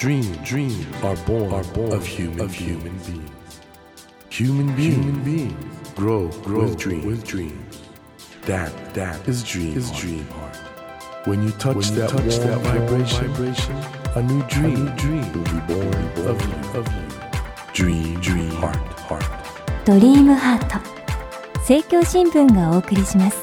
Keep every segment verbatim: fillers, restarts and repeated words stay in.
Dreams, dreams are born, are born of human, of human beings. Human beings, human beings grow, grow with dreams. With dreams. That, that is dream, is dream heart. When you touch, when you that, touch warm, that vibration, vibration, a new dream, a new dream will be born, born of you, of you. Dream, dream heart, heart. ドリームハート、政教新聞がお送りします。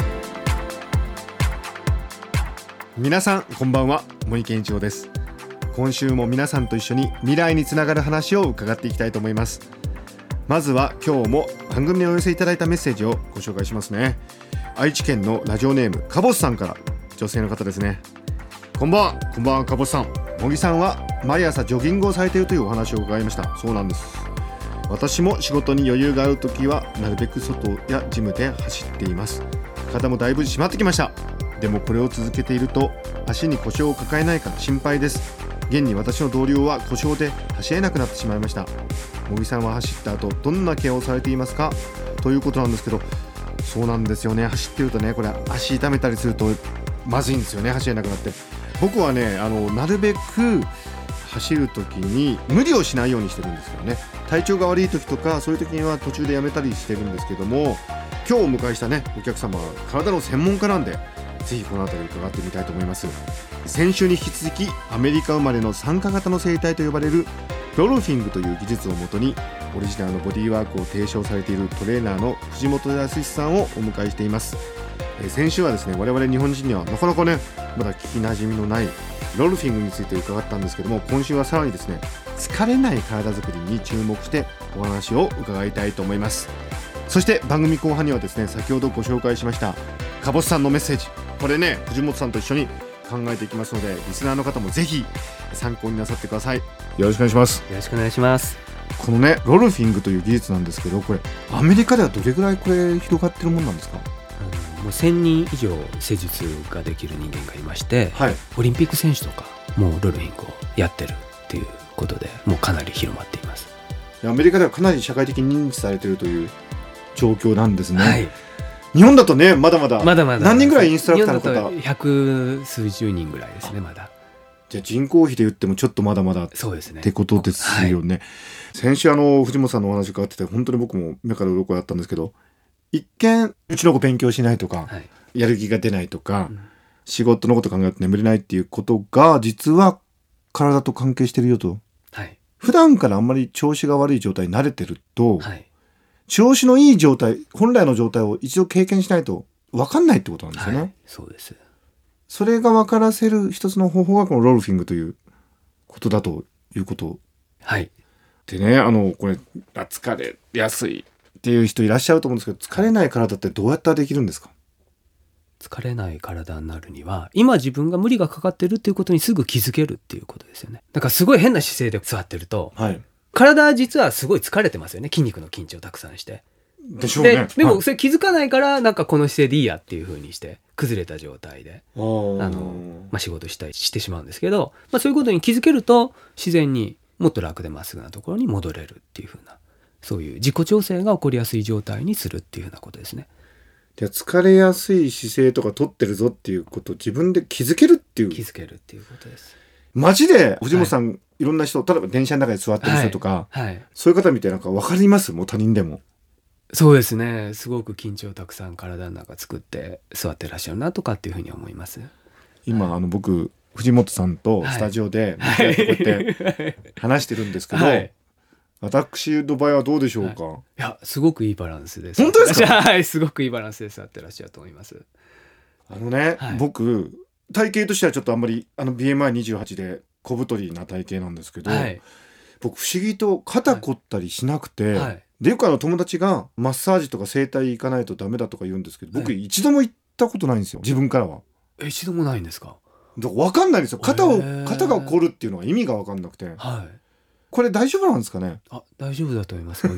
皆さんこんばんは、森健一郎です。今週も皆さんと一緒に未来につながる話を伺っていきたいと思います。まずは今日も番組にお寄せいただいたメッセージをご紹介しますね。愛知県のラジオネームかぼすさんから、女性の方ですね。こんばんは。こんばんは、かぼすさん。茂木さんは毎朝ジョギングをされているというお話を伺いました。そうなんです。私も仕事に余裕があるときはなるべく外やジムで走っています。体もだいぶ締まってきました。でもこれを続けていると足に故障を抱えないか心配です。現に私の同僚は故障で走れなくなってしまいました。茂木さんは走った後どんなケアをされていますか、ということなんですけど、そうなんですよね。走ってるとね、これ足痛めたりするとまずいんですよね。走れなくなって。僕はね、あのなるべく走るときに無理をしないようにしてるんですよね。体調が悪い時とかそういう時には途中でやめたりしてるんですけども、今日お迎えしたねお客様は体の専門家なんで、ぜひこのあたり伺ってみたいと思います。先週に引き続きアメリカ生まれの参加型の生態と呼ばれるドルフィングという技術をもとにオリジナルのボディーワークを提唱されているトレーナーの藤本康さんをお迎えしています。え先週はですね、我々日本人にはなかなかねまだ聞きなじみのないドルフィングについて伺ったんですけども、今週はさらにですね、疲れない体づくりに注目してお話を伺いたいと思います。そして番組後半にはですね、先ほどご紹介しましたかぼすさんのメッセージ、これね藤本さんと一緒に考えていきますので、リスナーの方もぜひ参考になさってください。よろしくお願いします。 よろしくお願いします。 このねドルフィングという技術なんですけど、これアメリカではどれぐらいこれ広がってるもんなんですか？ もうせんにん以上施術ができる人間がいまして、 はい、 オリンピック選手とかもうドルフィングをやってるっていうことで、もうかなり広まっています。 アメリカではかなり社会的に認知されているという状況なんですね。 はい、 日本だとねまだまだまだまだ何人ぐらいインストラクターの方？ 日本だと百数十人ぐらいですね。まだじゃあ人口比で言ってもちょっとまだまだそうですねってことですよね。はい、先週あの藤本さんのお話伺ってて本当に僕も目から鱗だったんですけど、一見うちの子勉強しないとか、はい、やる気が出ないとか、うん、仕事のこと考えて眠れないっていうことが実は体と関係してるよと、はい、普段からあんまり調子が悪い状態に慣れてると、はい、調子のいい状態、本来の状態を一度経験しないと分かんないってことなんですよね。はい、そうです。それが分からせる一つの方法がこのロルフィングということだということ。はい。でね、あのこれ疲れやすいっていう人いらっしゃると思うんですけど、疲れない体ってどうやったらできるんですか？ 疲れない体になるには、今自分が無理がかかってるっていうことにすぐ気づけるっていうことですよね。だからすごい変な姿勢で座ってると、はい、体は実はすごい疲れてますよね。筋肉の緊張をたくさんしてでしょうね。 で, でもそれ気づかないから、なんかこの姿勢でいいやっていう風にして崩れた状態であの、まあ、仕事したりしてしまうんですけど、まあ、そういうことに気づけると自然にもっと楽でまっすぐなところに戻れるっていう風な、そういう自己調整が起こりやすい状態にするっていう風なことですね。 じゃあ疲れやすい姿勢とか取ってるぞっていうことを自分で気づけるっていう気づけるっていうことです。 マジで藤本さん、はい、いろんな人、例えば電車の中で座ってる人とか、はいはい、そういう方見てなんか分かります？もう他人でも。 そうですね。すごく緊張をたくさん体の中作って座ってらっしゃるなとかっていうふうに思います。 今、はい、あの僕藤本さんとスタジオでこうやって話してるんですけど、はい、私の場合はどうでしょうか？はい、いやすごくいいバランスです。 本当ですか？ はい、すごくいいバランスで座ってらっしゃると思います。 あのね、はい、僕体型としてはちょっとあんまりあの ビーエムアイにじゅうはち で小太りな体型なんですけど、はい、僕不思議と肩凝ったりしなくて、はいはい、でよくあの友達がマッサージとか整体行かないとダメだとか言うんですけど、僕一度も行ったことないんですよ、自分からは。 え一度もないんですか？ だから分かんないんですよ。肩を肩が凝るっていうのが意味が分かんなくて、はい、これ大丈夫なんですかね？ あ大丈夫だと思います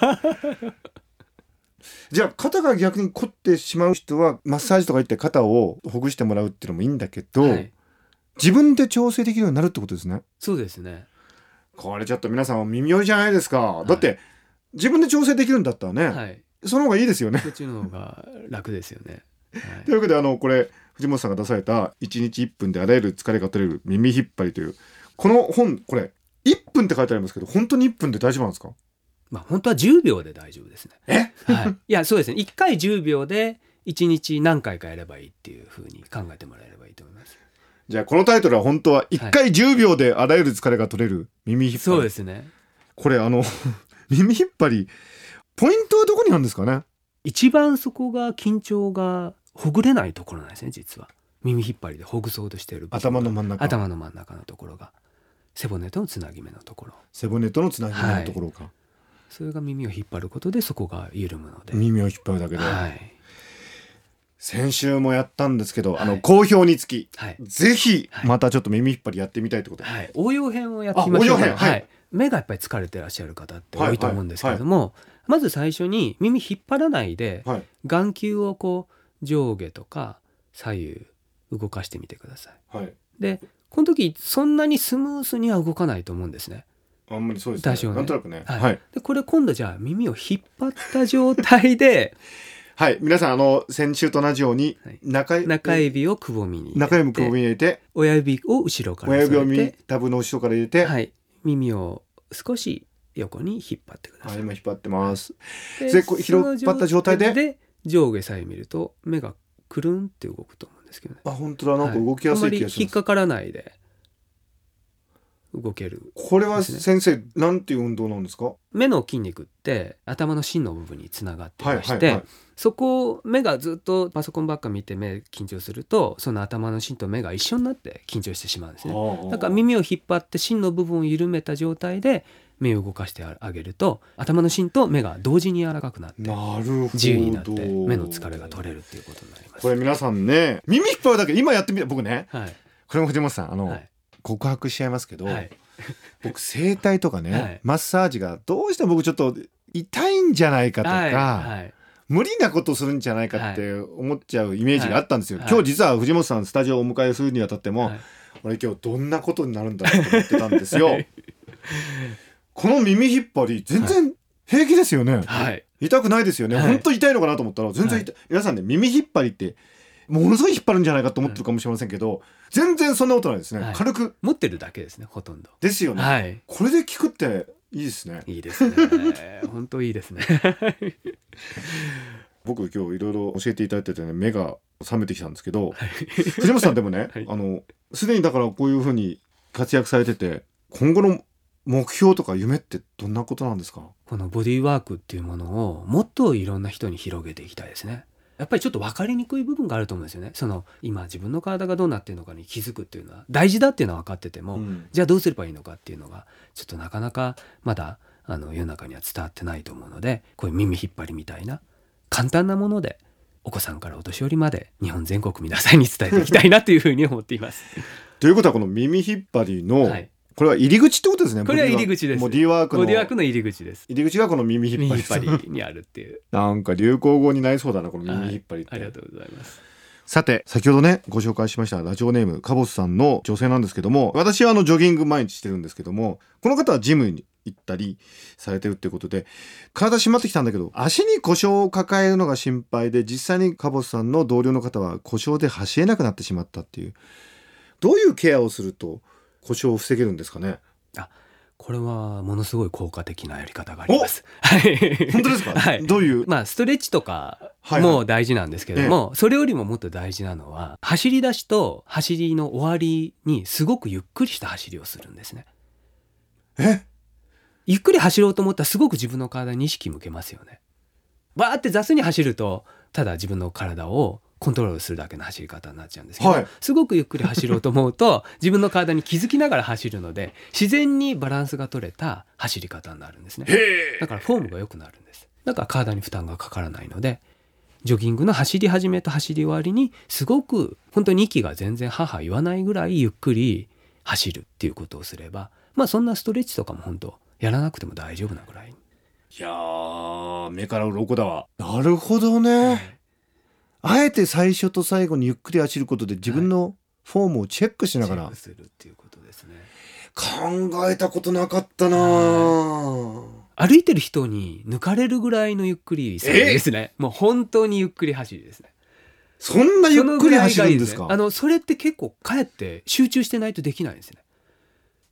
じゃあ肩が逆に凝ってしまう人はマッサージとか行って肩をほぐしてもらうっていうのもいいんだけど、はい、自分で調整できるようになるってことですね。 そうですね。 これちょっと皆さん耳寄りじゃないですか、はい、だって自分で調整できるんだったらね、はい、その方がいいですよね。 そっちの方が楽ですよね、 はい、というわけであのこれ藤本さんが出されたいちにちいっぷんであらゆる疲れが取れる耳引っ張りというこの本これいっぷんって書いてありますけど本当にいっぷんで大丈夫なんですか？ まあ本当はじゅうびょうで大丈夫ですね。 え、 はい、いやそうですね、いっかいじゅうびょうでいちにち何回かやればいいっていう風に考えてもらえればいいと思います。 じゃあこのタイトルは本当はいっかいじゅうびょうであらゆる疲れが取れる耳引っ張り、 そうですね。 これあの耳引っ張りポイントはどこにあるんですかね？ 一番そこが緊張がほぐれないところなんですね。実は耳引っ張りでほぐそうとしている部分頭の真ん中頭の真ん中のところが背骨とのつなぎ目のところ、 背骨とのつなぎ目のところか、 はい、それが耳を引っ張ることでそこが緩むので、 耳を引っ張るだけで、 はい、 先週もやったんですけど、 はい、 あの好評につき、 はい、 ぜひまたちょっと耳引っ張りやってみたいってことで、 はい、応用編をやってみましょう。 応用編、はいはい、目がやっぱり疲れてらっしゃる方って多いと思うんですけれども、はいはいはい、まず最初に耳引っ張らないで、はい、眼球をこう上下とか左右動かしてみてください、はい、でこの時そんなにスムースには動かないと思うんですね。 あんまりそうですね、多少ね、なんとなくね、 はいはい、でこれ今度じゃあ耳を引っ張った状態ではい、皆さんあの先週と同じように 中,、はい、 中指をくぼみに入れて、 中指くぼみに入れて、 親指を後ろから添えて、親指を耳たぶの後ろから入れて、 はい、耳を少し横に引っ張ってください。 はい、今引っ張ってます。 でで引っ張った状態 で, で上下左右見ると目がくるんって動くと思うんですけどね。 あ、本当だ、なんか動きやすい気がします、はい、あまり引っかからないで動ける、ね、 これは先生なんていう運動なんですか？ 目の筋肉って頭の芯の部分につながっていまして、はいはいはい、そこを目がずっとパソコンばっか見て目緊張するとその頭の芯と目が一緒になって緊張してしまうんですね。だから耳を引っ張って芯の部分を緩めた状態で目を動かしてあげると頭の芯と目が同時に柔らかくなって自由になって目の疲れが取れるっていうことになります。 これ皆さんね、耳引っ張るだけ今やってみた僕ね、はい、これも藤本さんあの、はい、告白しちゃいますけど、はい、僕整体とかね、はい、マッサージがどうしても僕ちょっと痛いんじゃないかとか、はいはい、無理なことするんじゃないかって思っちゃうイメージがあったんですよ、はいはい、今日実は藤本さんスタジオをお迎えするにあたっても、はい、俺今日どんなことになるんだろうと思ってたんですよ、はい、この耳引っ張り全然平気ですよね、はい、痛くないですよね、はい、本当痛いのかなと思ったら全然痛い、はい、皆さんね耳引っ張りってものすごい引っ張るんじゃないかと思ってるかもしれませんけど、はい、全然そんなことないですね、はい、軽く持ってるだけですね、ほとんどですよね、はい、これで効くっていいですね。 いいですね本当いいですね僕今日いろいろ教えていただいてて、ね、目が覚めてきたんですけど、はい、藤本さんでもね、はい、あのすでにだからこういうふうに活躍されてて今後の目標とか夢ってどんなことなんですか？ このボディーワークっていうものをもっといろんな人に広げていきたいですね。やっぱりちょっと分かりにくい部分があると思うんですよね。その今自分の体がどうなっているのかに気づくっていうのは大事だっていうのは分かってても、うん、じゃあどうすればいいのかっていうのがちょっとなかなかまだあの世の中には伝わってないと思うので、こういう耳引っ張りみたいな簡単なものでお子さんからお年寄りまで日本全国皆さんに伝えていきたいなというふうに思っていますということはこの耳引っ張りの、はい、これは入り口ってことですね。 これは入り口です。 ボディーワークのボディーワークの入り口です。 入り口がこの耳引っ張り、 耳引っ張りにあるっていうなんか流行語になりそうだなこの耳引っ張りって、 はい、ありがとうございます。 さて先ほどねご紹介しましたラジオネームカボスさんの女性なんですけども、私はあのジョギング毎日してるんですけども、この方はジムに行ったりされてるっていうことで体締まってきたんだけど足に故障を抱えるのが心配で、実際にカボスさんの同僚の方は故障で走れなくなってしまったっていう、どういうケアをすると故障を防げるんですかね？ あ、これはものすごい効果的なやり方があります。 本当ですか？はい、どういう、 まあ、ストレッチとかも大事なんですけども、はいはい、それよりももっと大事なのは走り出しと走りの終わりにすごくゆっくりした走りをするんですね。 えゆっくり走ろうと思ったらすごく自分の体に意識向けますよね。バーって雑に走るとただ自分の体をコントロールするだけの走り方になっちゃうんですけど、はい、すごくゆっくり走ろうと思うと自分の体に気づきながら走るので自然にバランスが取れた走り方になるんですね。だからフォームが良くなるんです。だから体に負担がかからないので、ジョギングの走り始めと走り終わりにすごく本当に息が全然はは言わないぐらいゆっくり走るっていうことをすれば、まあそんなストレッチとかも本当やらなくても大丈夫なぐらい。 いやー目から鱗だわ。なるほどね、はい、あえて最初と最後にゆっくり走ることで自分のフォームをチェックしながら、 はい、チェックするっていうことですね。 考えたことなかったな。 歩いてる人に抜かれるぐらいのゆっくりさですね。もう本当にゆっくり走りですね。 そんなゆっくり走るんですか？ あのそれって結構かえって集中してないとできないんですね。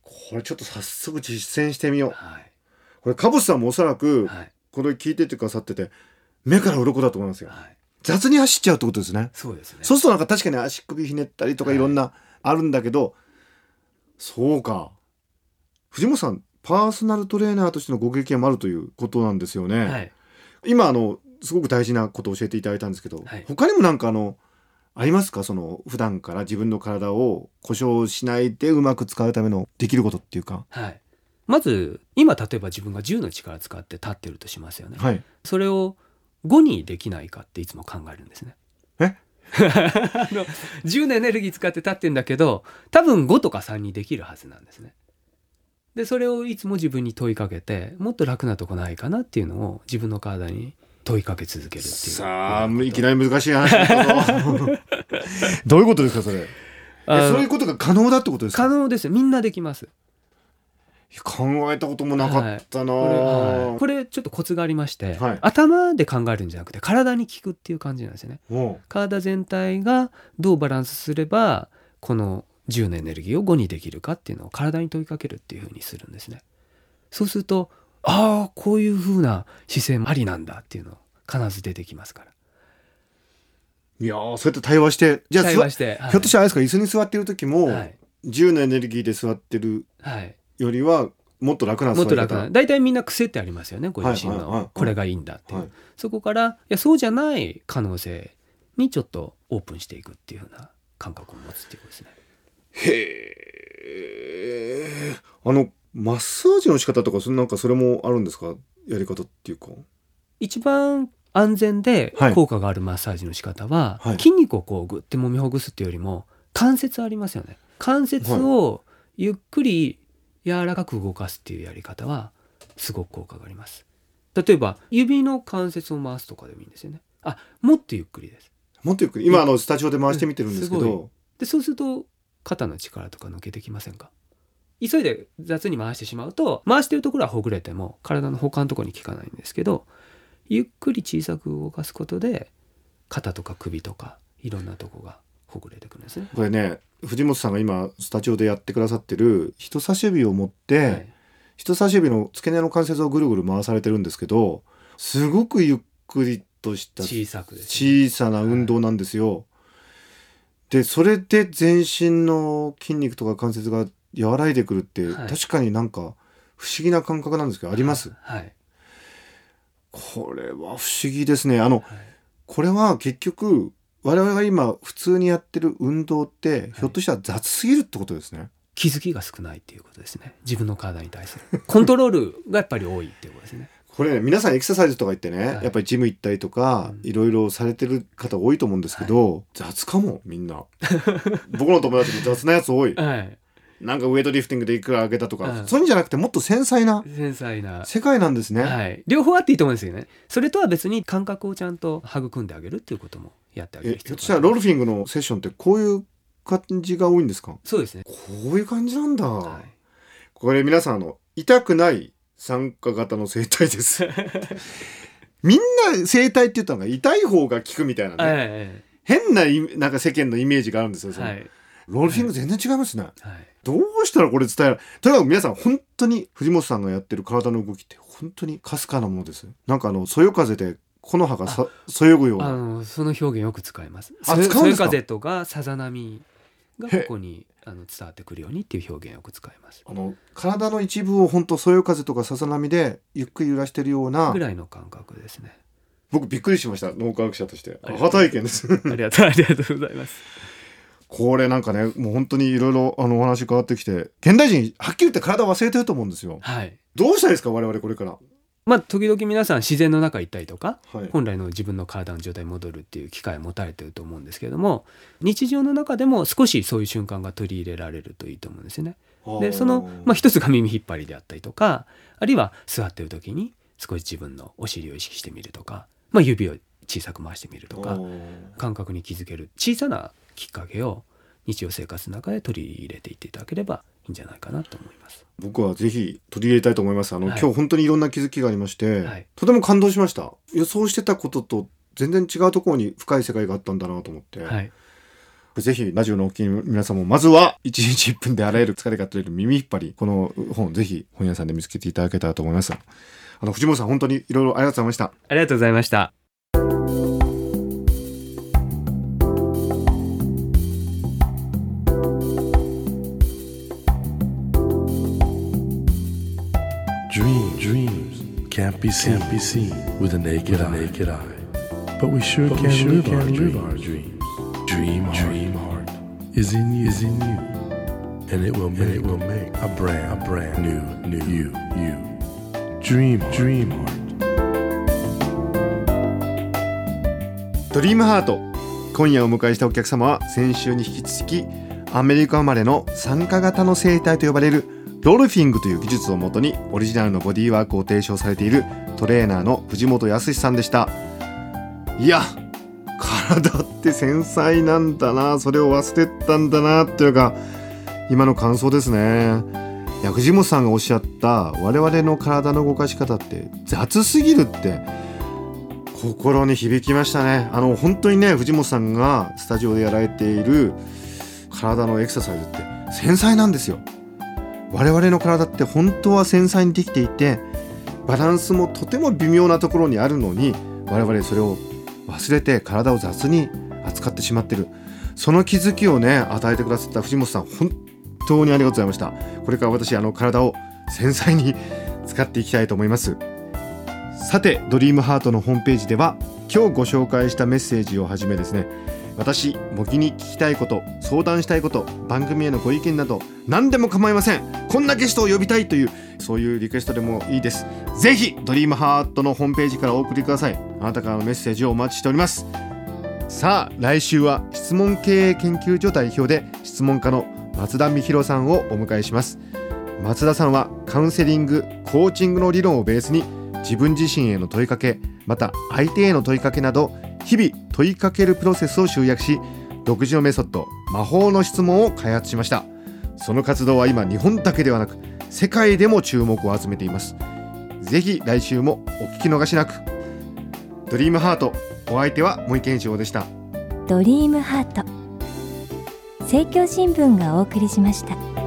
これちょっと早速実践してみよう。 はい、 これカブスさんもおそらく、 はい、 これ聞いててくださってて目から鱗だと思いますよ、 はい、 雑に走っちゃうってことですね。 そうですね。 そうするとなんか確かに足首ひねったりとかいろんなあるんだけど、はい、そうか、藤本さんパーソナルトレーナーとしてのご経験もあるということなんですよね、はい、今あのすごく大事なことを教えていただいたんですけど、はい、他にもなんかあのありますか？その普段から自分の体を故障しないでうまく使うためのできることっていうか、 はい、まず今例えば自分がじゅうの力使って立ってるとしますよね、はい、それをごにできないかっていつも考えるんですね。 えあのじゅうのエネルギー使って立ってるんだけど多分ごとかさんにできるはずなんですね。でそれをいつも自分に問いかけてもっと楽なとこないかなっていうのを自分の体に問いかけ続けるっていう。 さあいきなり難しい話だけどどういうことですかそれ？えそういうことが可能だってことですか？ 可能です。みんなできます。 考えたこともなかったな、 はいこれはい、これちょっとコツがありまして、はい、頭で考えるんじゃなくて体に効くっていう感じなんですよね。体全体がどうバランスすればこのじゅうのエネルギーをごにできるかっていうのを体に問いかけるっていう風にするんですね。そうするとああこういう風な姿勢もありなんだっていうの必ず出てきますから。 いやーそうやって対話してじゃあ対話して、はい、 ひょっとしたらあれですか椅子に座ってる時も、はい、じゅうのエネルギーで座ってる、はいよりはもっと楽な座り方。もっと楽な。大体みんな癖ってありますよねご自身の、はいはいはい、これがいいんだっていう、はい、そこからいやそうじゃない可能性にちょっとオープンしていくっていう風な感覚を持つっていうことですね。 へえ。あのマッサージの仕方とかそなんかそれもあるんですか？やり方っていうか一番安全で効果があるマッサージの仕方は、はい、筋肉をこうグッて揉みほぐすっていうよりも関節ありますよね。関節をゆっくり柔らかく動かすっていうやり方はすごく効果があります。例えば指の関節を回すとかでもいいんですよね。あもっとゆっくりです。 もっとゆっくり今あのスタジオで回してみてるんですけど、 うん、でそうすると肩の力とか抜けてきませんか？急いで雑に回してしまうと回してるところはほぐれても体の他のところに効かないんですけどゆっくり小さく動かすことで肩とか首とかいろんなところがほぐれてくるんですね。 これね藤本さんが今スタジオでやってくださってる人差し指を持って、はい、人差し指の付け根の関節をぐるぐる回されてるんですけどすごくゆっくりとした小さくです、 ね、小さな運動なんですよ、はい、でそれで全身の筋肉とか関節が和らいでくるって、はい、確かになんか不思議な感覚なんですけどあります、 はいはい、 これは不思議ですね。あの、はい、これは結局我々が今普通にやってる運動ってひょっとしたら雑すぎるってことですね、はい、 気づきが少ないっていうことですね。自分の体に対するコントロールがやっぱり多いっていうことですね。 これ、ね、皆さんエクササイズとか言ってね、はい、やっぱりジム行ったりとか、うん、いろいろされてる方多いと思うんですけど、はい、雑かもみんな僕の友達も雑なやつ多い、はい、なんかウェイトリフティングでいくら上げたとか、はい、そういうんじゃなくてもっと繊細な繊細な世界なんですね、 はい、両方あっていいと思うんですよね。それとは別に感覚をちゃんと育んであげるっていうこともやってあげる必要がある。 え、そしたらロルフィングのセッションってこういう感じが多いんですか？ そうですね。 こういう感じなんだ、はい、これ皆さんあの痛くない参加型の整体ですみんな整体って言ったのが痛い方が効くみたいなね、はいはい、変ななんか世間のイメージがあるんですよ、はい、ロルフィング全然違いますね、はい、どうしたらこれ伝えられる。とにかく皆さん本当に藤本さんがやってる体の動きって本当にかすかなものです。なんかあのそよ風で木の葉がさそよぐようなあのその表現よく使います。 あ、使うんですか？そよ風とかさざ波がここにあの伝わってくるようにっていう表現をよく使います。 あの体の一部を本当そよ風とかさざ波でゆっくり揺らしてるようなぐらいの感覚ですね。 僕びっくりしました。脳科学者として初体験ですありがとうありがとうございますこれなんかねもう本当にいろいろあのお話変わってきて現代人はっきり言って体忘れてると思うんですよ、 はい、 どうしたらいいですか我々これから。 まあ時々皆さん自然の中行ったりとか、はい、本来の自分の体の状態に戻るっていう機会を持たれてると思うんですけれども日常の中でも少しそういう瞬間が取り入れられるといいと思うんですよね。でその、まあ、一つが耳引っ張りであったりとかあるいは座ってる時に少し自分のお尻を意識してみるとか、まあ、指を小さく回してみるとか感覚に気づける小さなきっかけを日常生活の中で取り入れていっていただければいいんじゃないかなと思います。 僕はぜひ取り入れたいと思います。あの、はい、今日本当にいろんな気づきがありまして、はい、とても感動しました。予想してたことと全然違うところに深い世界があったんだなと思って、はい、 れぜひラジオのお聞きの皆さんもまずはいちにちいっぷんであらゆる疲れが取れる耳引っ張り、この本ぜひ本屋さんで見つけていただけたらと思います。あの藤本さん、本当にいろいろありがとうございました。 ありがとうございました。 Dreams, dreams can't be seen, can't be seen with a naked, eye. naked eye. But we sure but can, we sure live, can our live our dreams. Dream, dream heart is in you, is in you, and it will make, and it will make a brand, a brand new, new you, you. Dream, dream heart. ドリームハート。今夜お迎えしたお客様は先週に引き続きアメリカ生まれの参加型の生態と呼ばれるロルフィングという技術をもとにオリジナルのボディワークを提唱されているトレーナーの藤本康さんでした。いや、体って繊細なんだな、それを忘れたんだなっていうか今の感想ですね。いや、藤本さんがおっしゃった我々の体の動かし方って雑すぎるって心に響きましたね。あの本当にね、藤本さんがスタジオでやられている体のエクササイズって繊細なんですよ。我々の体って本当は繊細にできていてバランスもとても微妙なところにあるのに、我々それを忘れて体を雑に扱ってしまってる。その気づきをね与えてくださった藤本さん、本当にありがとうございました。これから私あの体を繊細に使っていきたいと思います。さて、ドリームハートのホームページでは今日ご紹介したメッセージをはじめですね、私模擬に聞きたいこと、相談したいこと、番組へのご意見など何でも構いません。こんなゲストを呼びたいというそういうリクエストでもいいです。ぜひドリームハートのホームページからお送りください。あなたからのメッセージをお待ちしております。さあ、来週は質問経営研究所代表で質問家の松田美弘さんをお迎えします。松田さんはカウンセリング、コーチングの理論をベースに自分自身への問いかけ、また相手への問いかけなど日々問いかけるプロセスを集約し、独自のメソッド、魔法の質問を開発しました。その活動は今日本だけではなく世界でも注目を集めています。ぜひ来週もお聞き逃しなく。ドリームハート、お相手は森健一郎でした。 ドリームハート、政教新聞がお送りしました。